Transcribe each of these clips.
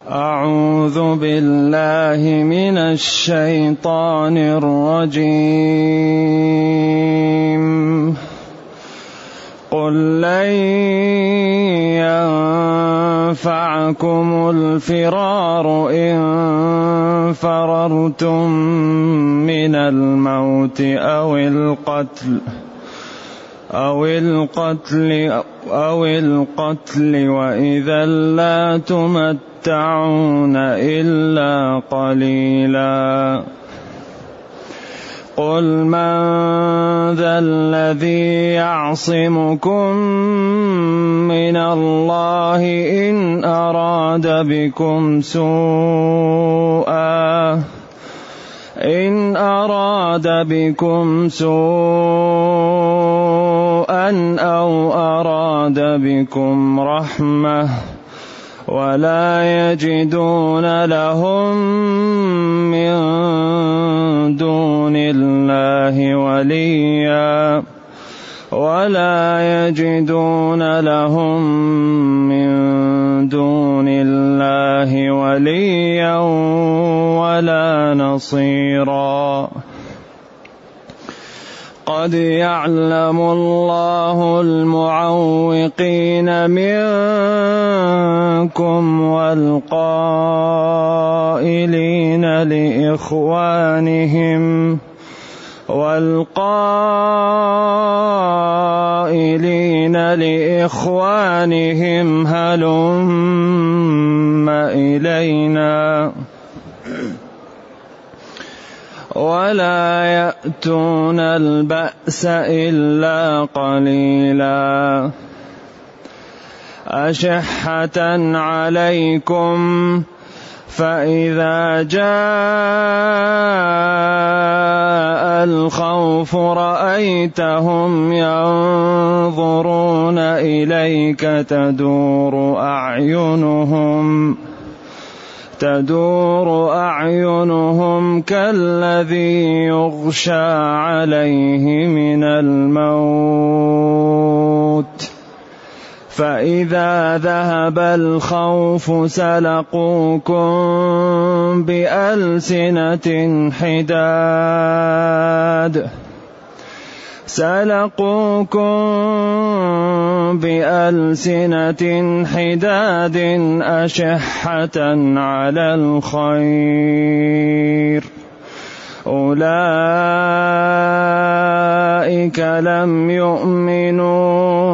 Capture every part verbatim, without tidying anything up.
أعوذ بالله من الشيطان الرجيم. قل لن ينفعكم الفرار إن فررتم من الموت أو القتل أو القتل أو القتل وإذا لا تمتعون إلا قليلا. قل من ذا الذي يعصمكم من الله إن أراد بكم سوءا إن أراد بكم سوءا أو أراد بكم رحمة ولا يجدون لهم من دون الله وليا ولا يجدون لهم من دون الله وليا ولا نصيرا. قد يعلم الله المعوقين منكم والقائلين لإخوانهم والقائلين لإخوانهم هلم إلينا ولا يأتون البأس إلا قليلا. أشحة عليكم فإذا جاء الخوف رأيتهم ينظرون إليك تدور أعينهم تدور أعينهم كالذي يغشى عليه من الموت فإذا ذهب الخوف سلقوكم بألسنة حداد سلقوكم بألسنة حداد أشحة على الخير أولئك لم يؤمنوا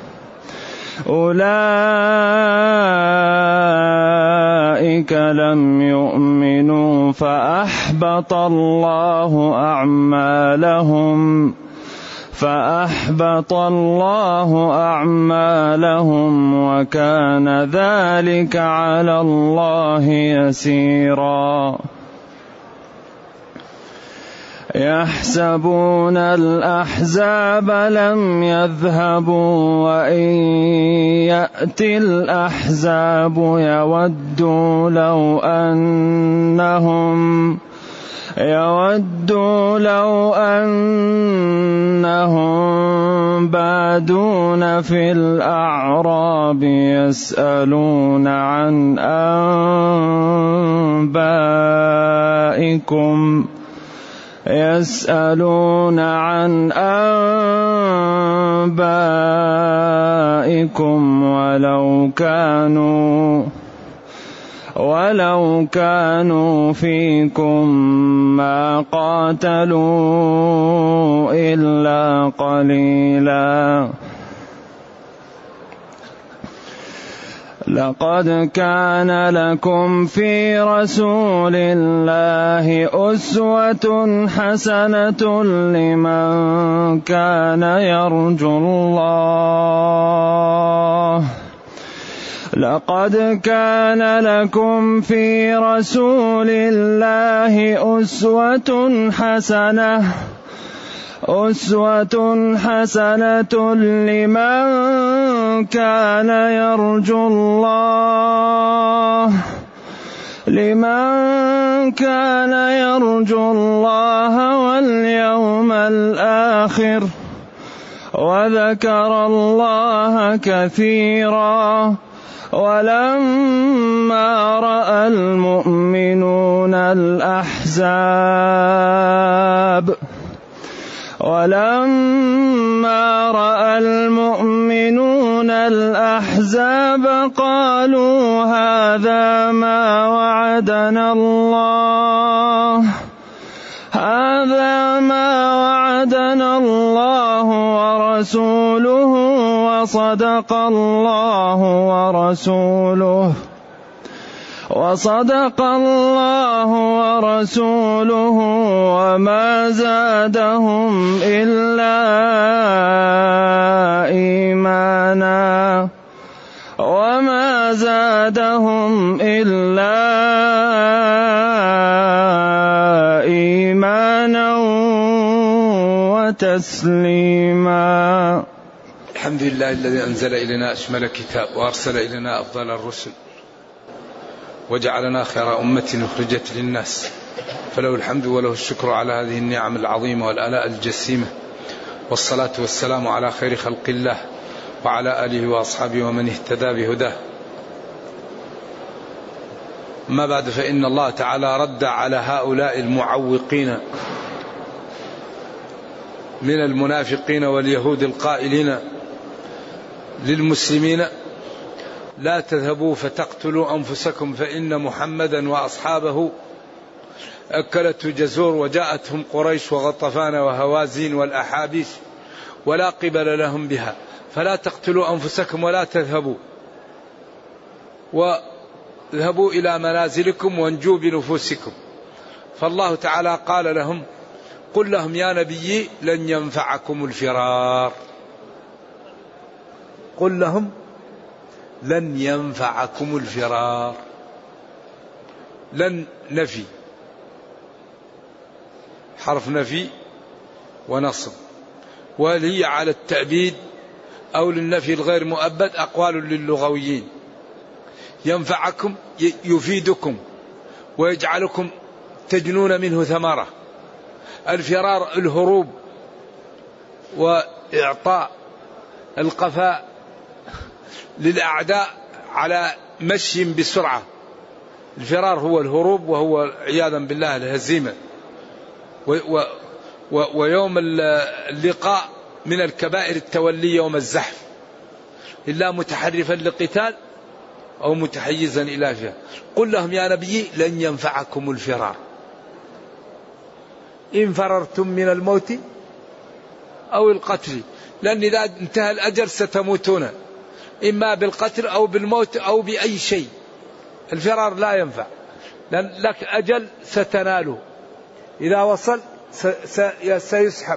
أولئك لم يؤمنوا فأحبط الله أعمالهم فأحبط الله أعمالهم وكان ذلك على الله يسيرا. يحسبون الأحزاب لم يذهبوا وإن يأتي الأحزاب يودوا لو أنهم يودوا لو أنهم بادون في الأعراب يسألون عن أنبائكم يسألون عن أنبائكم ولو كانوا ولو كانوا فيكم ما قاتلوا إلا قليلا. لقد كان لكم في رسول الله أسوة حسنة لمن كان يرجو الله لقد كان لكم في رسول الله أسوة حسنة أسوة حسنة لمن كان يرجو الله لمن كان يرجو الله واليوم الآخر وذكر الله كثيرا ولما رأى المؤمنون الأحزاب ولما رأى المؤمنون الأحزاب قالوا هذا ما وعدنا الله هذا ما وعدنا الله ورسوله وصدق الله ورسوله وصدق الله ورسوله وما زادهم إلا إيمانا وما زادهم إلا إيمانا وتسليما. الحمد لله الذي أنزل إلينا أشمل كتاب وأرسل إلينا أفضل الرسل وجعلنا خير أمة أخرجت للناس، فله الحمد وله الشكر على هذه النعم العظيمة والآلاء الجسيمة، والصلاة والسلام على خير خلق الله وعلى آله وأصحابه ومن اهتدى بهداه. ما بعد، فإن الله تعالى رد على هؤلاء المعوقين من المنافقين واليهود القائلين للمسلمين لا تذهبوا فتقتلوا أنفسكم فإن محمدا وأصحابه أكلت جزور وجاءتهم قريش وغطفان وهوازين والأحابيش ولا قبل لهم بها فلا تقتلوا أنفسكم ولا تذهبوا واذهبوا إلى منازلكم وانجوا بنفوسكم. فالله تعالى قال لهم قل لهم يا نبي لن ينفعكم الفرار، قل لهم لن ينفعكم الفرار. لن نفي، حرف نفي ونصب، وهل هي على التأبيد أو للنفي الغير مؤبد أقوال للغويين. ينفعكم يفيدكم ويجعلكم تجنون منه ثمرة. الفرار الهروب وإعطاء القفاء للأعداء على مشي بسرعة. الفرار هو الهروب، وهو عياذا بالله الهزيمة. و و و ويوم اللقاء من الكبائر التولي يوم الزحف، إلا متحرفا لقتال أو متحيزا إلى فئة. قل لهم يا نبي لن ينفعكم الفرار إن فررتم من الموت أو القتل، لأن إذا انتهى الأجل ستموتون إما بالقتل أو بالموت أو بأي شيء. الفرار لا ينفع، لأن لك أجل ستناله، إذا وصل سيسحب.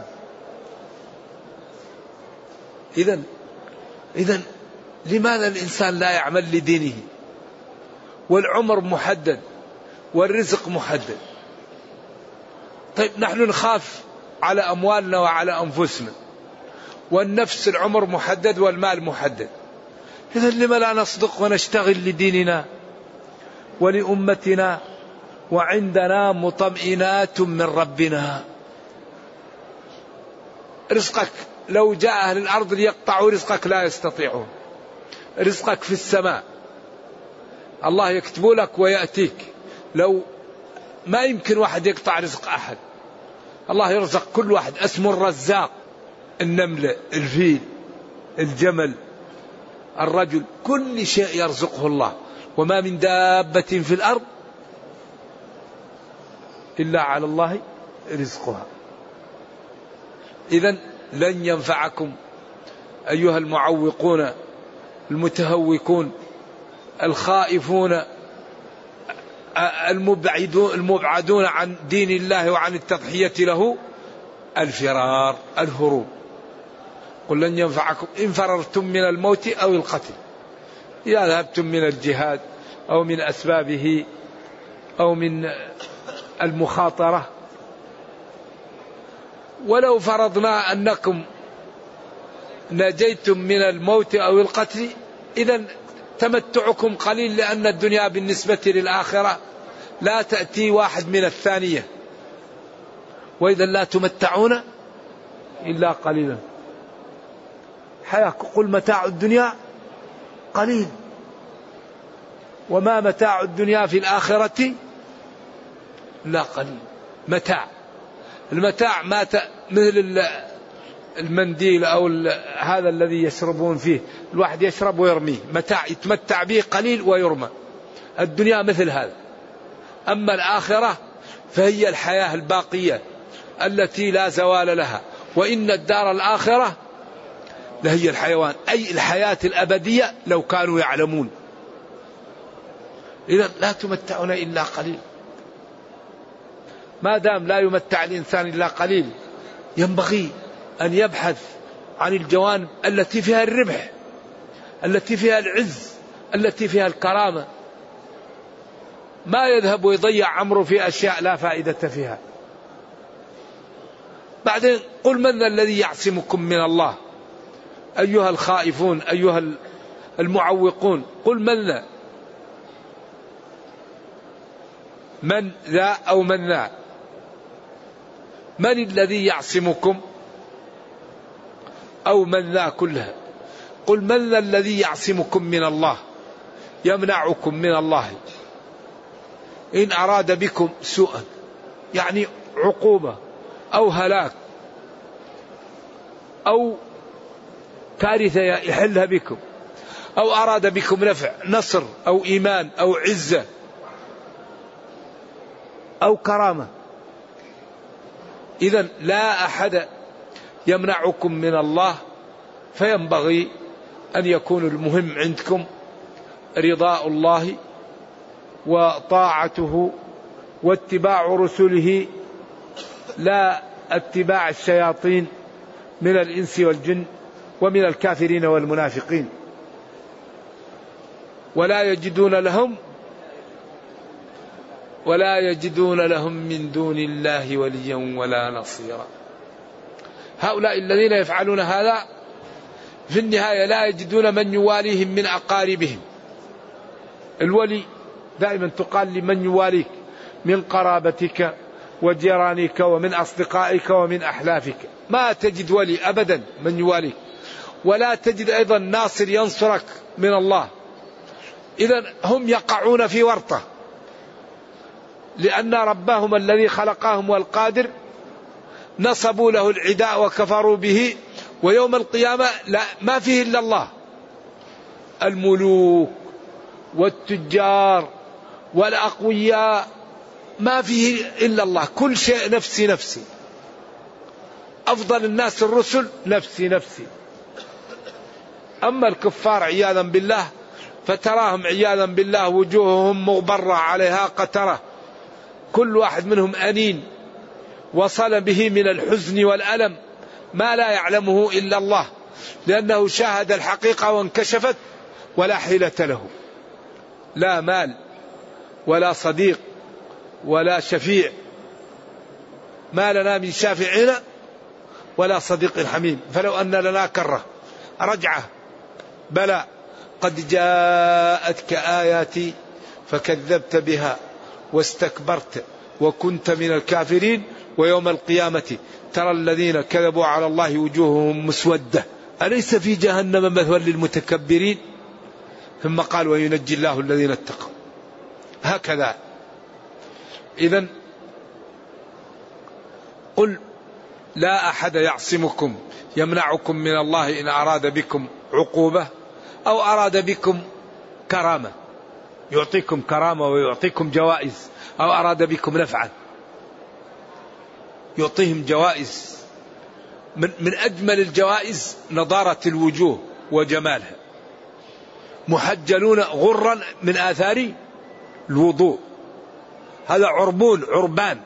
إذن إذن لماذا الإنسان لا يعمل لدينه؟ والعمر محدد والرزق محدد. طيب نحن نخاف على أموالنا وعلى أنفسنا، والنفس العمر محدد والمال محدد. إذن لما لا نصدق ونشتغل لديننا ولأمتنا وعندنا مطمئنات من ربنا؟ رزقك لو جاء أهل الأرض ليقطعوا رزقك لا يستطيعون. رزقك في السماء، الله يكتب لك ويأتيك. لو ما يمكن واحد يقطع رزق أحد، الله يرزق كل واحد. اسمه الرزاق. النملة، الفيل، الجمل، الرجل، كل شيء يرزقه الله. وما من دابة في الأرض إلا على الله رزقها. إذن لن ينفعكم أيها المعوقون المتهوكون الخائفون المبعدون المبعدون عن دين الله وعن التضحية له الفرار، الهروب. قل لن ينفعكم إن فررتم من الموت أو القتل، إذا ذهبتم من الجهاد أو من أسبابه أو من المخاطرة. ولو فرضنا أنكم نجيتم من الموت أو القتل، إذن تمتعكم قليل، لأن الدنيا بالنسبة للآخرة لا تأتي واحد من الثانية، وإذا لا تمتعون إلا قليلا. حياة قل متاع الدنيا قليل وما متاع الدنيا في الآخرة لا قليل. متاع، المتاع ما ت... مثل المنديل أو هذا الذي يشربون فيه، الواحد يشرب ويرميه، متاع يتمتع به قليل ويرمى. الدنيا مثل هذا. أما الآخرة فهي الحياة الباقية التي لا زوال لها، وإن الدار الآخرة لهي الحيوان، أي الحياة الأبدية لو كانوا يعلمون. إذا لا تمتعون إلا قليل. ما دام لا يمتع الإنسان إلا قليل ينبغي أن يبحث عن الجوانب التي فيها الربح، التي فيها العز، التي فيها الكرامة. ما يذهب ويضيع عمره في أشياء لا فائدة فيها. بعدين قل من الذي يعصمكم من الله أيها الخائفون أيها المعوقون. قل من ذا، من ذا أو من ذا، من الذي يعصمكم أو من ذا كلها. قل من ذا الذي يعصمكم من الله، يمنعكم من الله إن أراد بكم سوءا، يعني عقوبة أو هلاك أو كارثة يحلها بكم، أو أراد بكم نفع، نصر أو إيمان أو عزة أو كرامة. إذن لا أحد يمنعكم من الله، فينبغي أن يكون المهم عندكم رضاء الله وطاعته واتباع رسله، لا اتباع الشياطين من الإنس والجن ومن الكافرين والمنافقين. ولا يجدون لهم ولا يجدون لهم من دون الله وليا ولا نصيرا. هؤلاء الذين يفعلون هذا في النهاية لا يجدون من يواليهم من أقاربهم. الولي دائما تقال لمن يواليك من قرابتك وجيرانك ومن أصدقائك ومن أحلافك، ما تجد ولي أبدا من يواليك، ولا تجد أيضا ناصر ينصرك من الله. إذن هم يقعون في ورطة، لأن ربهم الذي خلقهم والقادر نصبوا له العداء وكفروا به، ويوم القيامة لا ما فيه إلا الله. الملوك والتجار والأقوياء ما فيه إلا الله، كل شيء نفسي نفسي. أفضل الناس الرسل نفسي نفسي. أما الكفار عياذا بالله فتراهم عياذا بالله وجوههم مغبرة عليها قترة، كل واحد منهم أنين وصل به من الحزن والألم ما لا يعلمه إلا الله، لأنه شاهد الحقيقة وانكشفت ولا حيلة له. لا مال ولا صديق ولا شفيع، ما لنا من شافعين ولا صديق حميم. فلو أن لنا كرة رجعة بلى قد جاءتك آياتي فكذبت بها واستكبرت وكنت من الكافرين، ويوم القيامة ترى الذين كذبوا على الله وجوههم مسودة أليس في جهنم مثوى للمتكبرين. ثم قال وينجي الله الذين اتقوا. هكذا. إذن قل لا أحد يعصمكم يمنعكم من الله إن أراد بكم عقوبة أو أراد بكم كرامة، يعطيكم كرامة ويعطيكم جوائز، أو أراد بكم نفعا يعطيهم جوائز. من, من أجمل الجوائز نضارة الوجوه وجمالها، محجلون غرا من آثار الوضوء، هذا عربون عربان.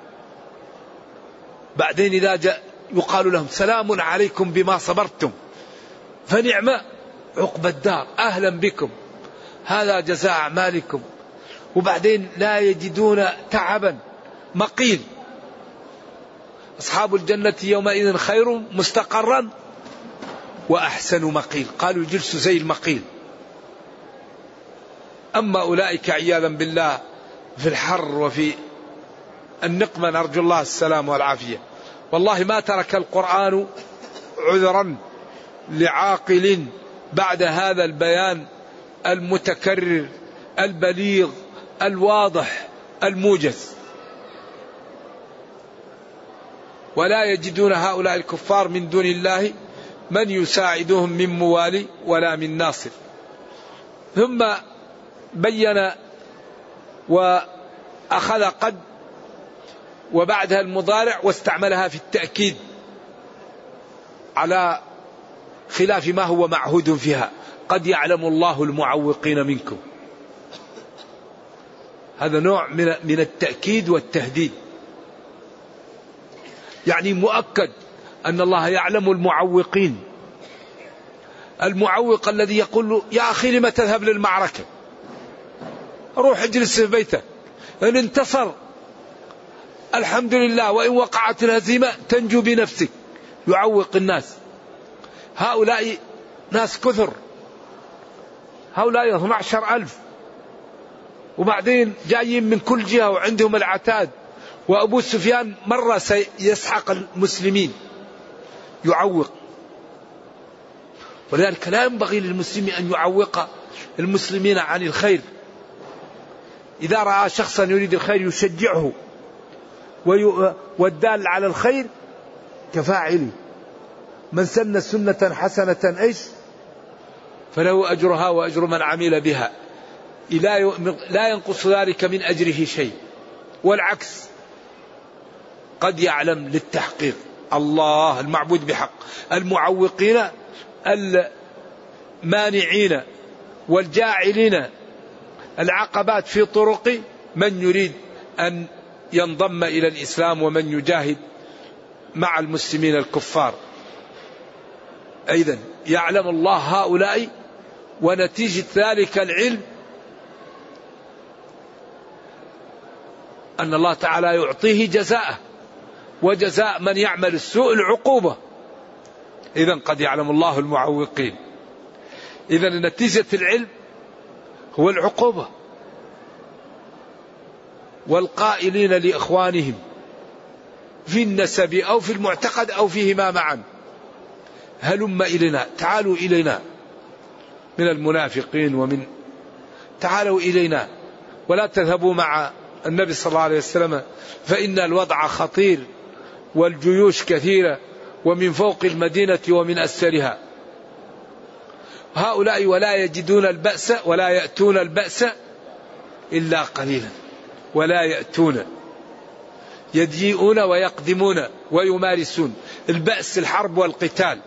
بعدين إذا جاء يقال لهم سلام عليكم بما صبرتم فنعم عقب الدار، أهلا بكم هذا جزاء أعمالكم. وبعدين لا يجدون تعبا مقيل. أصحاب الجنة يومئذ خير مستقرا وأحسن مقيل، قالوا الجلس زي المقيل. أما أولئك عياذا بالله في الحر وفي النقمة، نرجو الله السلام والعافية. والله ما ترك القرآن عذرا لعاقل بعد هذا البيان المتكرر البليغ الواضح الموجز. ولا يجدون هؤلاء الكفار من دون الله من يساعدهم من موالي ولا من ناصر. ثم بين وأخذ قد وبعدها المضارع واستعملها في التأكيد على خلاف ما هو معهود فيها. قد يعلم الله المعوقين منكم، هذا نوع من التأكيد والتهديد، يعني مؤكد أن الله يعلم المعوقين. المعوق الذي يقول له يا أخي لما تذهب للمعركة، روح اجلس في بيتك، إن انتصر الحمد لله، وإن وقعت الهزيمة تنجو بنفسك، يعوق الناس. هؤلاء ناس كثر، هؤلاء اثني عشر ألف، وبعدين جايين من كل جهة وعندهم العتاد، وأبو سفيان مرة سيسحق المسلمين، يعوق. ولذلك لا ينبغي للمسلم أن يعوق المسلمين عن الخير. إذا رأى شخصا يريد الخير يشجعه، والدال على الخير كفاعله. من سن سنة حسنة إيش فله أجرها وأجر من عمل بها، لا ينقص ذلك من أجره شيء. والعكس قد يعلم للتحقيق الله المعبود بحق المعوقين المانعين والجاعلين العقبات في طرق من يريد أن ينضم إلى الإسلام ومن يجاهد مع المسلمين الكفار. أيضا يعلم الله هؤلاء، ونتيجة ذلك العلم أن الله تعالى يعطيه جزاءه، وجزاء من يعمل السوء العقوبة. إذا قد يعلم الله المعوقين. إذا نتيجة العلم هو العقوبة. والقائلين لإخوانهم في النسب أو في المعتقد أو فيهما معا هلم إلينا، تعالوا إلينا، من المنافقين ومن تعالوا إلينا ولا تذهبوا مع النبي صلى الله عليه وسلم فإن الوضع خطير والجيوش كثيرة ومن فوق المدينة ومن أسفلها. هؤلاء ولا يجدون البأس ولا يأتون البأس إلا قليلا، ولا يأتون يجيئون ويقدمون ويمارسون البأس الحرب والقتال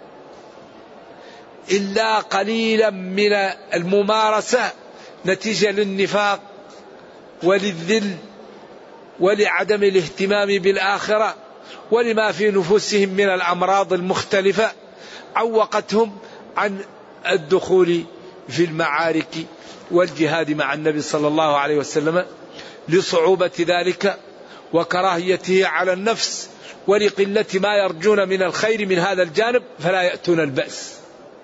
إلا قليلا من الممارسة، نتيجة للنفاق وللذل ولعدم الاهتمام بالآخرة ولما في نفوسهم من الأمراض المختلفة عوقتهم عن الدخول في المعارك والجهاد مع النبي صلى الله عليه وسلم لصعوبة ذلك وكراهيته على النفس ولقلة ما يرجون من الخير من هذا الجانب، فلا يأتون البأس.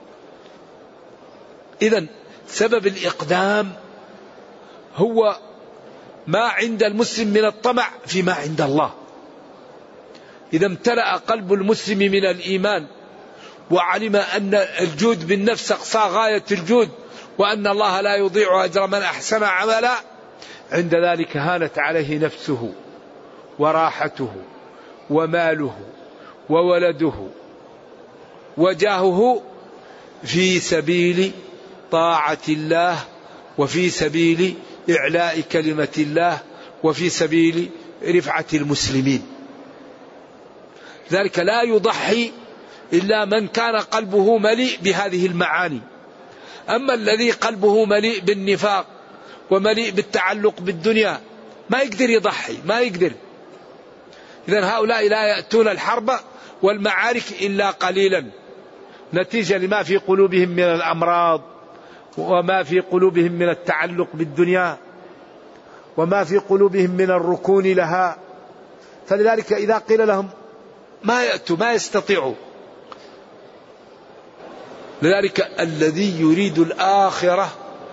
إذن سبب الإقدام هو ما عند المسلم من الطمع فيما عند الله. إذا امتلأ قلب المسلم من الإيمان وعلم أن الجود بالنفس أقصى غاية الجود وأن الله لا يضيع أجر من أحسن عملا، عند ذلك هانت عليه نفسه وراحته وماله وولده وجاهه في سبيل طاعة الله وفي سبيل إعلاء كلمة الله وفي سبيل رفعة المسلمين. ذلك لا يضحي إلا من كان قلبه مليء بهذه المعاني. أما الذي قلبه مليء بالنفاق ومليء بالتعلق بالدنيا ما يقدر يضحي، ما يقدر. إذن هؤلاء لا يأتون الحرب والمعارك إلا قليلا، نتيجة لما في قلوبهم من الأمراض وما في قلوبهم من التعلق بالدنيا وما في قلوبهم من الركون لها. فلذلك إذا قيل لهم ما يأتوا ما يستطيعوا. لذلك الذي يريد الآخرة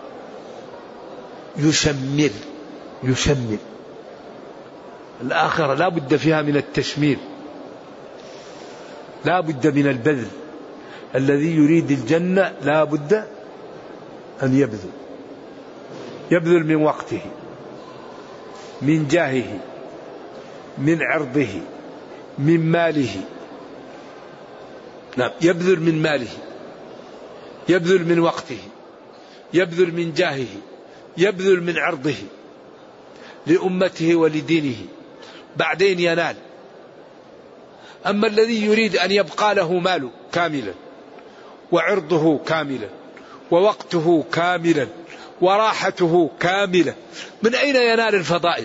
يشمر يشمر الآخرة لا بد فيها من التشمير، لا بد من البذل. الذي يريد الجنة لا بد أن يبذل. يبذل من وقته، من جاهه، من عرضه، من ماله. نعم، يبذل من ماله، يبذل من وقته، يبذل من جاهه، يبذل من عرضه لأمته ولدينه، بعدين ينال. أما الذي يريد أن يبقى له ماله كاملا وعرضه كاملا ووقته كاملا وراحته كاملة، من أين ينال الفضائل؟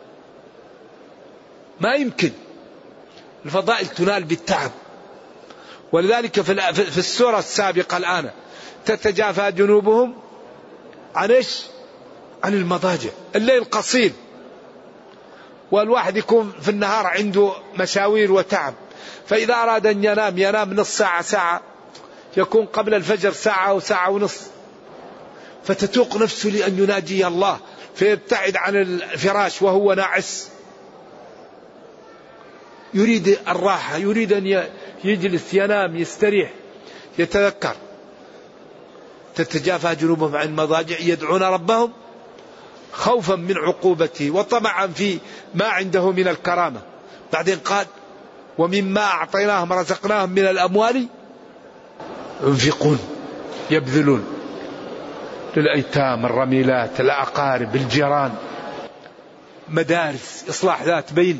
ما يمكن. الفضائل تنال بالتعب. ولذلك في السورة السابقة الآن تتجافى جنوبهم عن إيش؟ عن المضاجع. الليل قصير، والواحد يكون في النهار عنده مشاوير وتعب، فإذا أراد أن ينام ينام نص ساعة ساعة، يكون قبل الفجر ساعة أو ساعة ونص، فتتوق نفسه لأن يناجي الله، فيبتعد عن الفراش وهو ناعس، يريد الراحة، يريد أن يجلس ينام يستريح يتذكر. تتجافى جنوبهم عن المضاجع يدعون ربهم خوفا من عقوبته وطمعا في ما عنده من الكرامة. بعدين قال ومما أعطيناهم رزقناهم من الأموال ينفقون، يبذلون للأيتام، الرميلات، الأقارب، الجيران، مدارس، إصلاح ذات بين.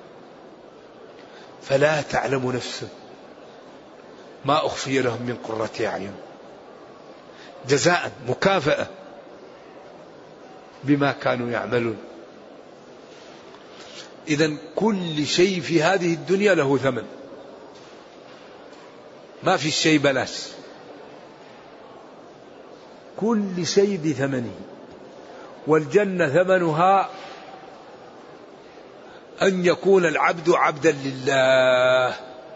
فلا تعلم نفس ما أخفي لهم من قرة أعين جزاء مكافأة بما كانوا يعملون. إذن كل شيء في هذه الدنيا له ثمن، ما في شيء بلاش، كل شيء بثمنه. والجنة ثمنها أن يكون العبد عبدا لله،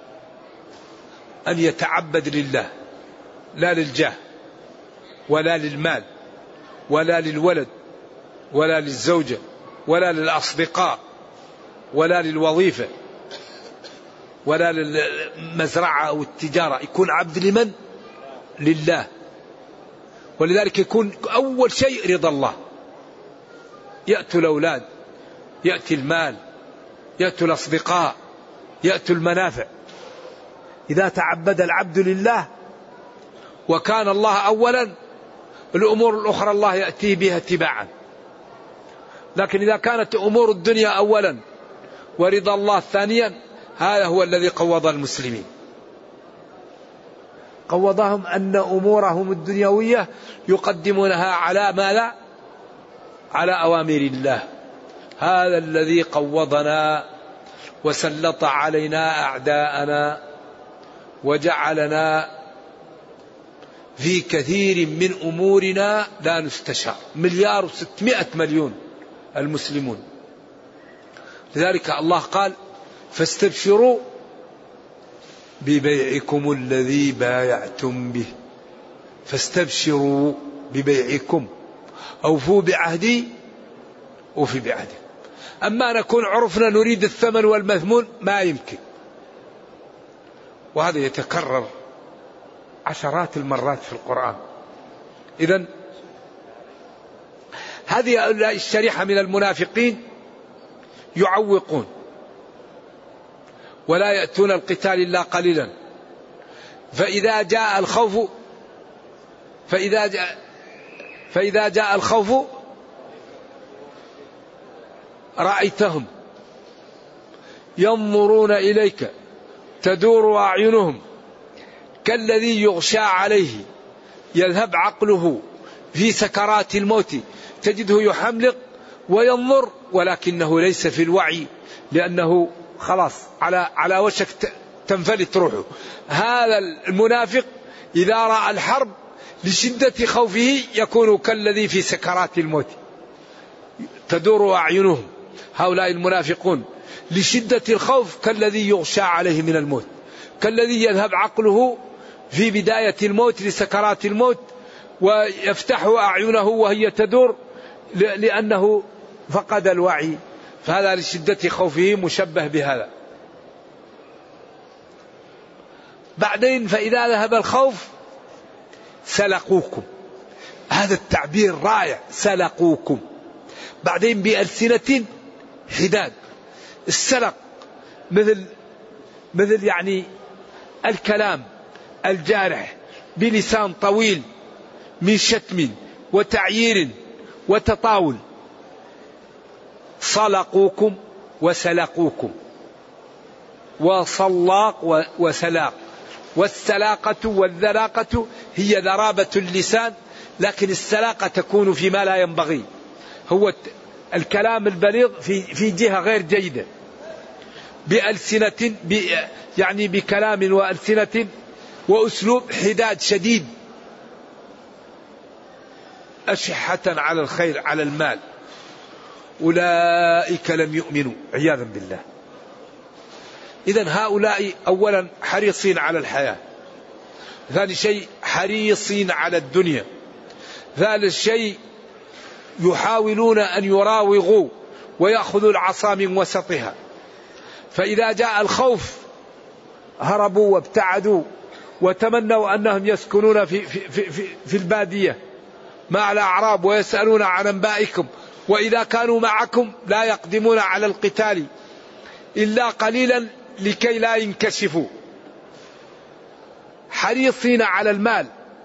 أن يتعبد لله، لا للجاه ولا للمال ولا للولد ولا للزوجة ولا للأصدقاء ولا للوظيفة ولا للمزرعة أو التجارة. يكون عبد لمن؟ لله. ولذلك يكون أول شيء رضا الله. يأتي الأولاد، يأتي المال، يأتي الأصدقاء، يأتي المنافع. إذا تعبد العبد لله وكان الله أولا، الأمور الأخرى الله يأتي بها تباعا. لكن إذا كانت أمور الدنيا أولا ورضا الله ثانيا، هذا هو الذي قوض المسلمين. قوضهم أن أمورهم الدنيوية يقدمونها على ما لا على أوامر الله. هذا الذي قوضنا وسلط علينا أعداءنا وجعلنا في كثير من أمورنا لا نستشار. مليار وستمائة مليون المسلمون. لذلك الله قال فاستبشروا ببيعكم الذي بايعتم به. فاستبشروا ببيعكم، أوفوا بعهدي أوفي بعهدي. أما نكون عرفنا نريد الثمن والمثمون ما يمكن. وهذا يتكرر عشرات المرات في القرآن. إذن هذه الشريحة من المنافقين يعوقون ولا يأتون القتال إلا قليلا. فإذا جاء الخوف فإذا جاء فإذا جاء الخوف رأيتهم ينظرون إليك تدور أعينهم كالذي يغشى عليه يذهب عقله في سكرات الموت تجده يحملق وينظر ولكنه ليس في الوعي، لأنه خلاص على على وشك تنفلت روحه. هذا المنافق إذا رأى الحرب لشدة خوفه يكون كالذي في سكرات الموت تدور أعينهم. هؤلاء المنافقون لشدة الخوف كالذي يغشى عليه من الموت، كالذي يذهب عقله في بداية الموت لسكرات الموت ويفتح أعينه وهي تدور لأنه فقد الوعي. فهذا لشدة خوفه مشبه بهذا. بعدين فإذا ذهب الخوف سلقوكم، هذا التعبير رائع، سلقوكم. بعدين بألسنة حداد. السلق مثل مثل يعني الكلام الجارح بلسان طويل من شتم وتعيير وتطاول. صلقوكم وسلقوكم، وصلاق وسلاق. والسلاقة والذلاقة هي ذرابة اللسان، لكن السلاقة تكون فيما لا ينبغي، هو الكلام البليغ في في جهة غير جيدة. بألسنة يعني بكلام وألسنة وأسلوب حداد شديد، أشحة على الخير على المال. أولئك لم يؤمنوا عياذا بالله. إذن هؤلاء أولا حريصين على الحياة، ثاني شيء حريصين على الدنيا، ثالث شيء يحاولون أن يراوغوا ويأخذوا العصا من وسطها. فإذا جاء الخوف هربوا وابتعدوا وتمنوا أنهم يسكنون في, في, في, في, في البادية مع الأعراب ويسألون عن أنبائكم، وإذا كانوا معكم لا يقدمون على القتال إلا قليلا لكي لا ينكشفوا. حريصين على المال.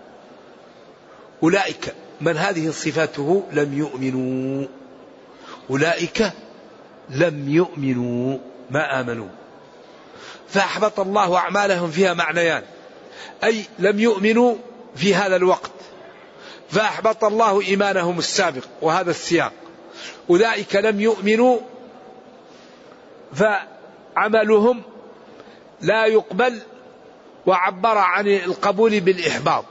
أولئك من هذه صفاته لم يؤمنوا، أولئك لم يؤمنوا ما آمنوا، فأحبط الله أعمالهم فيها معنيان، أي لم يؤمنوا في هذا الوقت فأحبط الله إيمانهم السابق، وهذا السياق. أولئك لم يؤمنوا فعملهم لا يقبل، وعبر عن القبول بالإحباط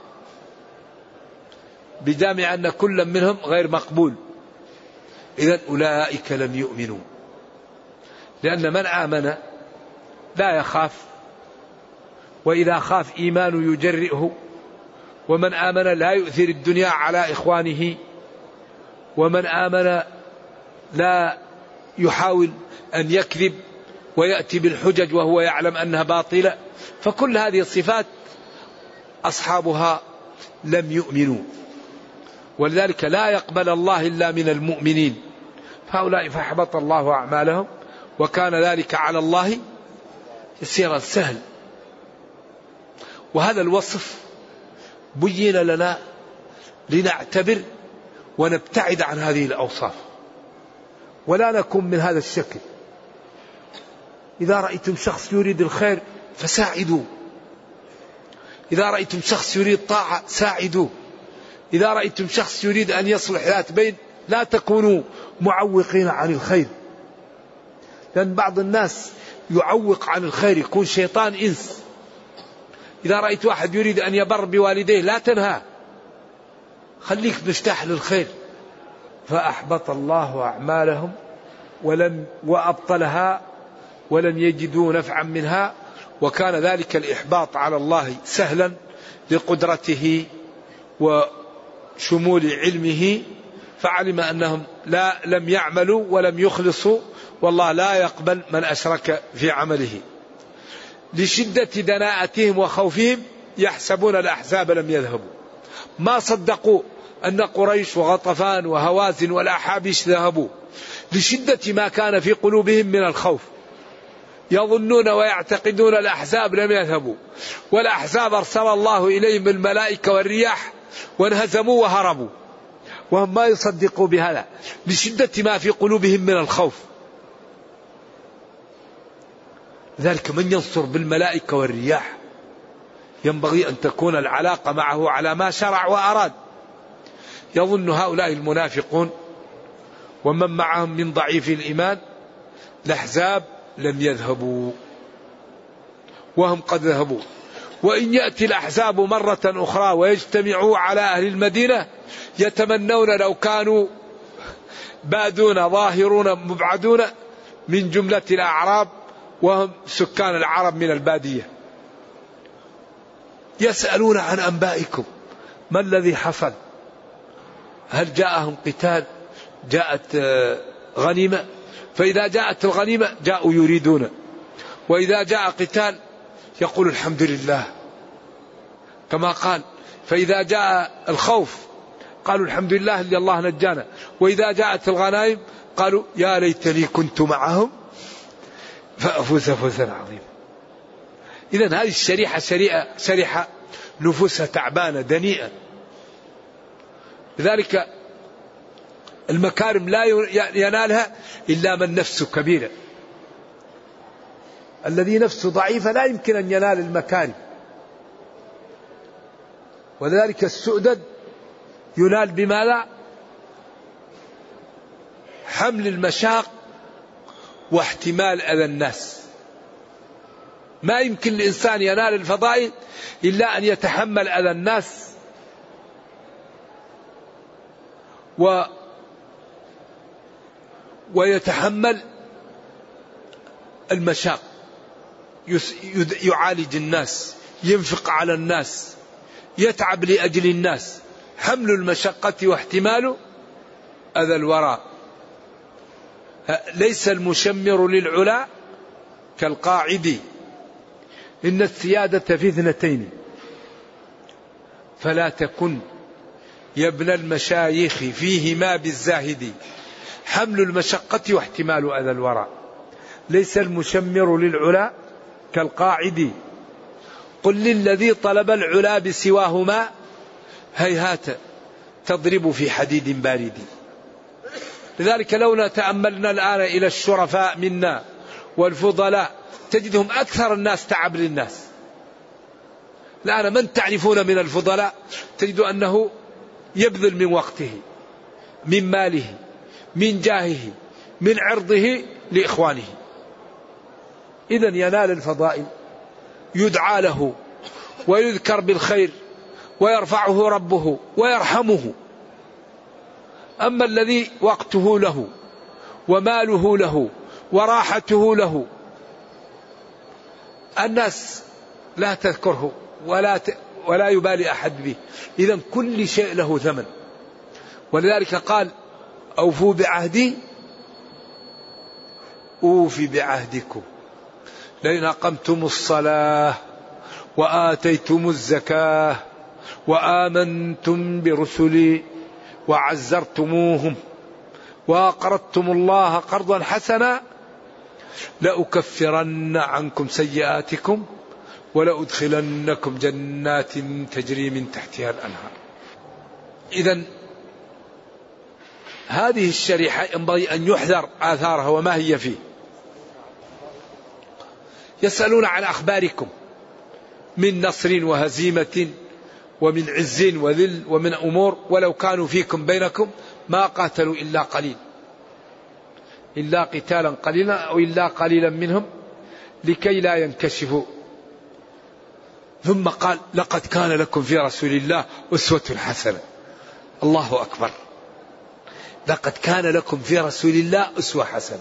بجامع أن كل منهم غير مقبول. إذن أولئك لم يؤمنوا، لأن من آمن لا يخاف، وإذا خاف إيمان يجرئه، ومن آمن لا يؤثر الدنيا على إخوانه، ومن آمن لا يحاول أن يكذب ويأتي بالحجج وهو يعلم أنها باطلة. فكل هذه الصفات أصحابها لم يؤمنوا، ولذلك لا يقبل الله إلا من المؤمنين. فهؤلاء فأحبط الله أعمالهم، وكان ذلك على الله يسيرا سهل. وهذا الوصف بين لنا لنعتبر ونبتعد عن هذه الأوصاف ولا نكون من هذا الشكل. إذا رأيتم شخص يريد الخير فساعدوا، إذا رأيتم شخص يريد طاعة ساعدوا، إذا رأيتم شخص يريد أن يصلح ذات بين لا تكونوا معوقين عن الخير، لأن بعض الناس يعوق عن الخير يكون شيطان إنس. إذا رأيت واحد يريد أن يبر بوالديه لا تنهى، خليك مفتاح للخير. فأحبط الله أعمالهم ولم وأبطلها ولم يجدوا نفعا منها، وكان ذلك الإحباط على الله سهلا لقدرته وشمول علمه، فعلم أنهم لا لم يعملوا ولم يخلصوا، والله لا يقبل من أشرك في عمله. لشدة دناءتهم وخوفهم يحسبون الأحزاب لم يذهبوا، ما صدقوا أن قريش وغطفان وهوازن والأحابيش ذهبوا، لشدة ما كان في قلوبهم من الخوف. يظنون ويعتقدون الأحزاب لم يذهبوا، والأحزاب أرسل الله إليهم الملائكة والرياح وانهزموا وهربوا، وهم ما يصدقوا بهذا لشدة ما في قلوبهم من الخوف. ذلك من ينصر بالملائكة والرياح ينبغي أن تكون العلاقة معه على ما شرع وأراد. يظن هؤلاء المنافقون ومن معهم من ضعيف الإيمان الأحزاب لم يذهبوا وهم قد ذهبوا، وإن يأتي الأحزاب مرة أخرى ويجتمعوا على أهل المدينة يتمنون لو كانوا بادون ظاهرون مبعدون من جملة الأعراب وهم سكان العرب من البادية، يسألون عن أنبائكم ما الذي حصل، هل جاءهم قتال، جاءت غنيمة؟ فإذا جاءت الغنيمة جاءوا يريدون، وإذا جاء قتال يقول الحمد لله، كما قال فإذا جاء الخوف قالوا الحمد لله اللي الله نجانا. وإذا جاءت الغنائم قالوا يا ليتني كنت معهم فأفوز فوزا عظيما. إذن هذه الشريحة شريحة, شريحة نفوسها تعبانة دنيئة. لذلك المكارم لا ينالها إلا من نفسه كبيرة. الذي نفسه ضعيفة لا يمكن أن ينال المكارم. وذلك السؤدد ينال بماذا؟ حمل المشاق واحتمال أذى الناس. ما يمكن الإنسان ينال الفضائل إلا أن يتحمل أذى الناس و ويتحمل المشاق، يعالج الناس، ينفق على الناس، يتعب لأجل الناس. حمل المشقة واحتمال أذى الوراء. ليس المشمر للعلا كالقاعد، إن السيادة في اثنتين فلا تكن يا ابن المشايخ فيهما بالزاهد. حمل المشقة واحتمال أذى الوراء. ليس المشمر للعلا كالقاعد، قل للذي طلب العلا بسواهما هيهات تضرب في حديد بارد. لذلك لو تأملنا الآن إلى الشرفاء منا والفضلاء تجدهم أكثر الناس تعب للناس. الآن من تعرفون من الفضلاء تجد أنه يبذل من وقته، من ماله، من جاهه، من عرضه لإخوانه. إذن ينال الفضائل، يدعى له ويذكر بالخير ويرفعه ربه ويرحمه. أما الذي وقته له وماله له وراحته له الناس لا تذكره ولا ت... ولا يبالي أحد به. إذن كل شيء له ثمن. ولذلك قال أوفوا بعهدي أوفي بعهدكم لئن أقمتم الصلاة وآتيتم الزكاة وآمنتم برسلي وعزرتموهم وأقرضتم الله قرضا حسنا لأكفرن عنكم سيئاتكم ولأدخلنكم جنات تجري من تحتها الأنهار. إذن هذه الشريحة ينبغي أن يحذر آثارها وما هي فيه. يسألون عن أخباركم من نصر وهزيمة ومن عز وذل ومن أمور ولو كانوا فيكم بينكم ما قاتلوا إلا قليل إلا قتالا قليلا أو إلا قليلا منهم لكي لا ينكشفوا. ثم قال لقد كان لكم في رسول الله أسوة حسنة. الله أكبر. لقد كان لكم في رسول الله أسوة حسنة.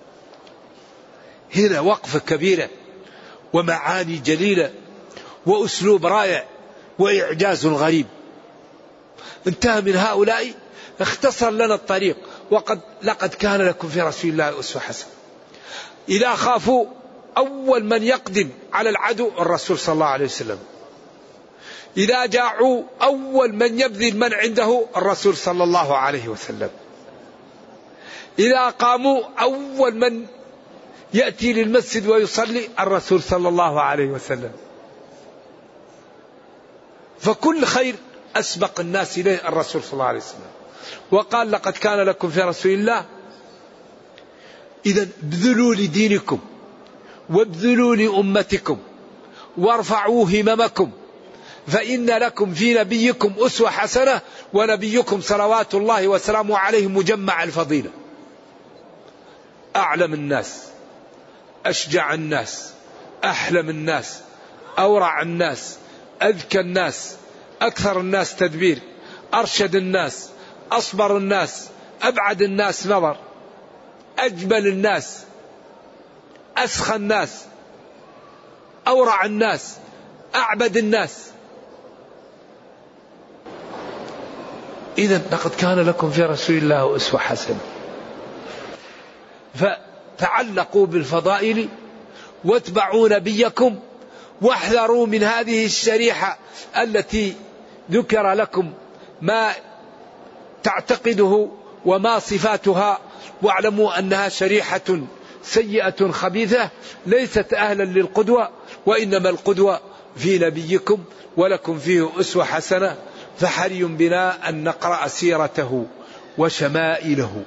هنا وقفة كبيرة ومعاني جليلة وأسلوب رائع وإعجاز غريب. انتهى من هؤلاء اختصر لنا الطريق. وقد لقد كان لكم في رسول الله أسوة حسنة. إذا خافوا أول من يقدم على العدو الرسول صلى الله عليه وسلم. إذا جاعوا أول من يبذل من عنده الرسول صلى الله عليه وسلم. إذا قاموا أول من يأتي للمسجد ويصلي الرسول صلى الله عليه وسلم. فكل خير أسبق الناس إليه الرسول صلى الله عليه وسلم. وقال لقد كان لكم في رسول الله. إذا ابذلوا لدينكم وابذلوا لأمتكم وارفعوا هممكم فإن لكم في نبيكم أسوة حسنة ونبيكم صلوات الله وسلامه عليه مجمع الفضيلة. أعلم الناس، أشجع الناس، أحلم الناس، أورع الناس، أذكى الناس، أكثر الناس تدبير، أرشد الناس، أصبر الناس، أبعد الناس نظر، أجمل الناس، أسخى الناس، أورع الناس، أعبد الناس. إذن لقد كان لكم في رسول الله أسوة حسنة. فتعلقوا بالفضائل واتبعوا نبيكم واحذروا من هذه الشريحة التي ذكر لكم ما تعتقده وما صفاتها، واعلموا أنها شريحة سيئة خبيثة ليست أهلا للقدوة، وإنما القدوة في نبيكم ولكم فيه أسوة حسنة. فحري بنا أن نقرأ سيرته وشمائله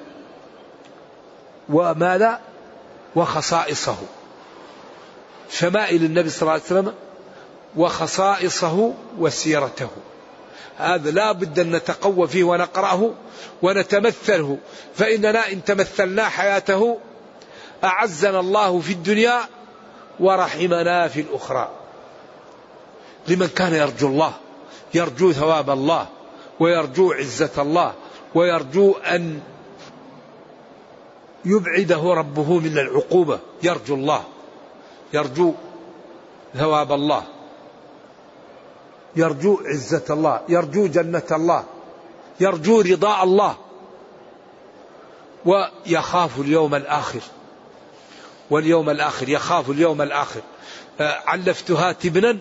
وماذا وخصائصه، شمائل النبي صلى الله عليه وسلم وخصائصه وسيرته. هذا لا بد أن نتقوى فيه ونقرأه ونتمثله، فإننا إن تمثلنا حياته أعزنا الله في الدنيا ورحمنا في الأخرى. لمن كان يرجو الله، يرجو ثواب الله ويرجو عزة الله ويرجو أن يبعده ربه من العقوبة، يرجو الله، يرجو ثواب الله، يرجو عزة الله، يرجو جنة الله، يرجو رضاء الله، ويخاف اليوم الآخر. واليوم الآخر يخاف اليوم الآخر. علفتها تبنا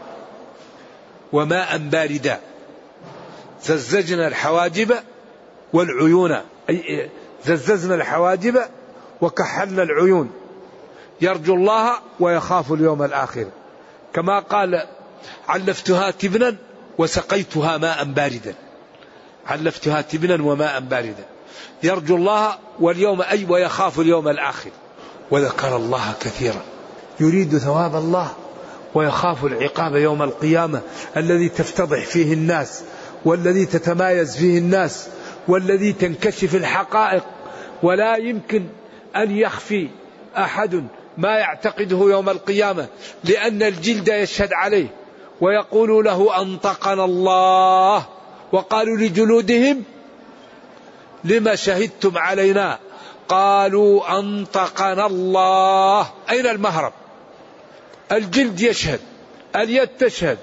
وماء باردا ززجنا الحواجب والعيون، أي زززنا الحواجب وكحلنا العيون. يرجو الله ويخاف اليوم الآخر، كما قال علفتها تبنا وسقيتها ماء باردا. علفتها تبنا وماء باردا، يرجو الله واليوم أي ويخاف اليوم الآخر. وذكر الله كثيرا، يريد ثواب الله ويخاف العقاب يوم القيامة الذي تفتضح فيه الناس، والذي تتمايز فيه الناس، والذي تنكشف الحقائق ولا يمكن أن يخفي أحد ما يعتقده يوم القيامة، لأن الجلد يشهد عليه ويقول له أنطقنا الله. وقالوا لجلودهم لما شهدتم علينا؟ قالوا أنطقنا الله. أين المهرب؟ الجلد يشهد، اليد تشهد.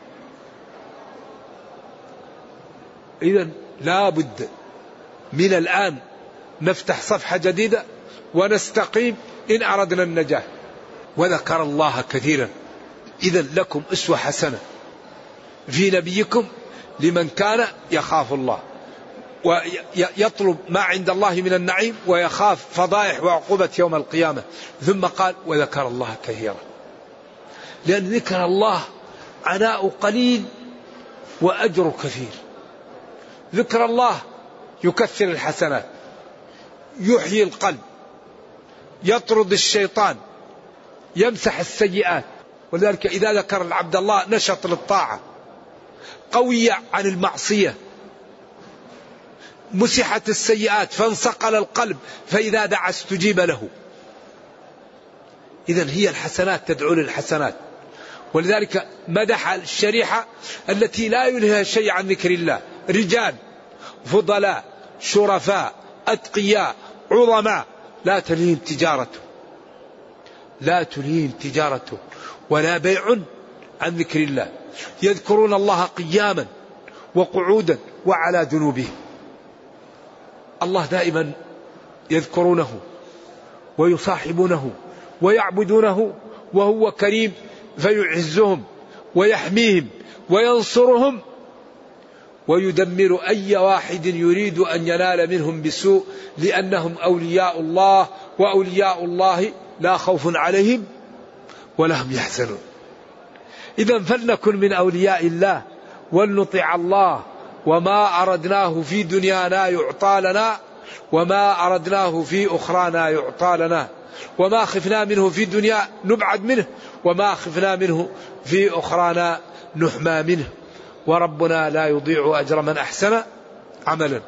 إذن لا بد من الآن نفتح صفحة جديدة ونستقيم إن أردنا النجاة. وذكر الله كثيرا. إذن لكم أسوة حسنة في نبيكم لمن كان يخاف الله ويطلب ما عند الله من النعيم ويخاف فضائح وعقوبة يوم القيامة. ثم قال وذكر الله كثيرا، لأن ذكر الله عناء قليل وأجر كثير. ذكر الله يكثر الحسنات، يحيي القلب، يطرد الشيطان، يمسح السيئات. ولذلك إذا ذكر العبد الله نشط للطاعة، قوي عن المعصية، مسحت السيئات فانصقل القلب، فإذا دعا استجيب له. إذن هي الحسنات تدعو للحسنات. ولذلك مدح الشريحة التي لا يلهى شيء عن ذكر الله، رجال فضلاء شرفاء أتقياء عظماء لا تلهيهم تجارته لا تلهيهم تجارته ولا بيع عن ذكر الله، يذكرون الله قياما وقعودا وعلى جنوبهم. الله دائما يذكرونه ويصاحبونه ويعبدونه وهو كريم فيعزهم ويحميهم وينصرهم ويدمر أي واحد يريد أن ينال منهم بسوء، لأنهم أولياء الله، وأولياء الله لا خوف عليهم ولا هم يحزنون. إذن فلنكن من أولياء الله ولنطع الله، وما أردناه في دنيانا يعطى لنا، وما أردناه في أخرانا يعطى لنا، وما خفنا منه في دنيا نبعد منه، وما خفنا منه في أخرانا نحمى منه. وربنا لا يضيع أجر من أحسن عملا.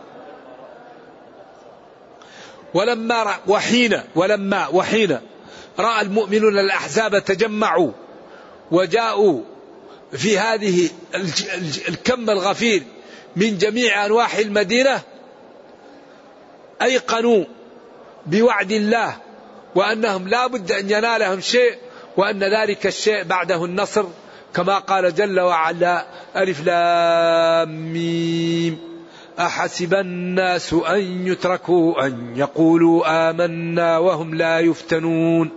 ولما وحين ولما وحين رأى المؤمنون الأحزاب تجمعوا وجاءوا في هذه الكم الغفير من جميع أنواح المدينة، أيقنوا بوعد الله وأنهم لا بد أن ينالهم شيء، وأن ذلك الشيء بعده النصر، كما قال جل وعلا ألف لام ميم أحسب الناس أن يتركوا أن يقولوا آمنا وهم لا يفتنون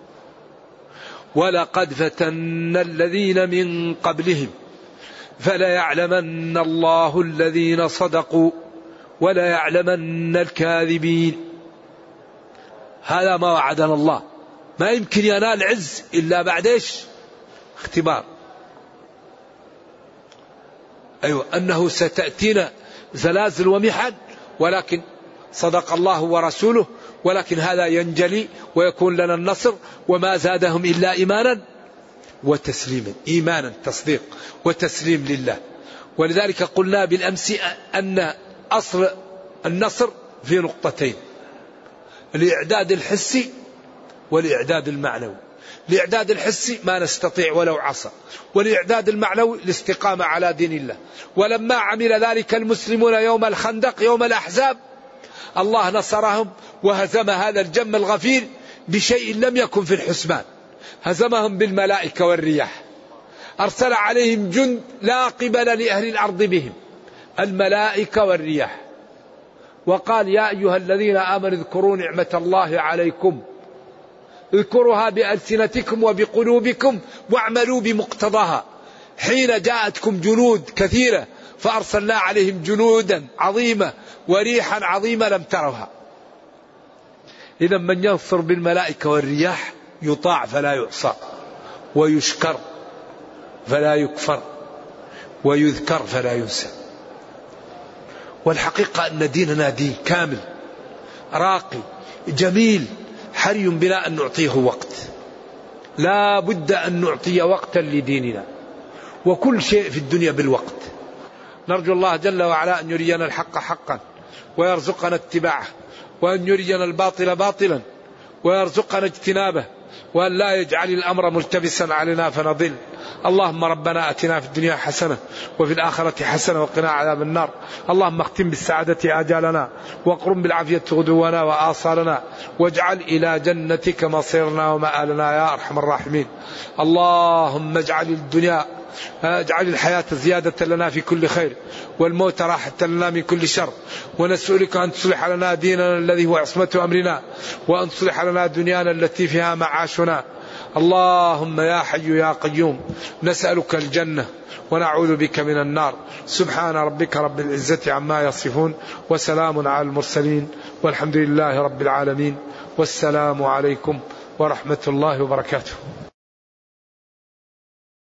ولقد فتنا الذين من قبلهم فليعلمن الله الذين صدقوا ولا يعلمن الكاذبين. هذا ما وعدنا الله. ما يمكن ينال عز إلا بعد إيش؟ اختبار. أيوة أنه ستأتينا زلازل ومحن، ولكن صدق الله ورسوله، ولكن هذا ينجلي ويكون لنا النصر. وما زادهم إلا إيمانا وتسليما. إيمانا تصديق وتسليم لله. ولذلك قلنا بالأمس أن أصل النصر في نقطتين: الإعداد الحسي والإعداد المعنوي. الإعداد الحسي ما نستطيع ولو عصى، والإعداد المعنوي الاستقامة على دين الله. ولما عمل ذلك المسلمون يوم الخندق يوم الأحزاب الله نصرهم وهزم هذا الجم الغفير بشيء لم يكن في الحسبان. هزمهم بالملائكة والرياح، أرسل عليهم جند لا قبل لأهل الأرض بهم، الملائكة والرياح. وقال: يا أيها الذين آمنوا اذكروا نعمة الله عليكم، اذكروها بألسنتكم وبقلوبكم واعملوا بمقتضاها، حين جاءتكم جنود كثيرة فأرسلنا عليهم جنودا عظيمة وريحا عظيمة لم تروها. إذا من ينصر بالملائكة والرياح يطاع فلا يعصى، ويشكر فلا يكفر، ويذكر فلا ينسى. والحقيقة أن ديننا دين كامل راقي جميل، حري بنا أن نعطيه وقت. لا بد أن نعطي وقتا لديننا، وكل شيء في الدنيا بالوقت. نرجو الله جل وعلا أن يرينا الحق حقا ويرزقنا اتباعه، وأن يرينا الباطل باطلا ويرزقنا اجتنابه، وأن لا يجعل الأمر ملتبسا علينا فنضل. اللهم ربنا أتنا في الدنيا حسنة وفي الآخرة حسنة وقنا عذاب النار. اللهم اختم بالسعادة آجالنا، واقرم بالعافية غدونا وآصالنا، واجعل إلى جنتك مصيرنا ومآلنا يا أرحم الراحمين. اللهم اجعل الدنيا اجعل الحياة زيادة لنا في كل خير، والموت راحة لنا من كل شر. ونسألك أن تصلح لنا ديننا الذي هو عصمة أمرنا، وأن تصلح لنا دنيانا التي فيها معاشنا. اللهم يا حي يا قيوم نسألك الجنة ونعوذ بك من النار. سبحان ربك رب العزة عما يصفون، وسلام على المرسلين، والحمد لله رب العالمين. والسلام عليكم ورحمة الله وبركاته.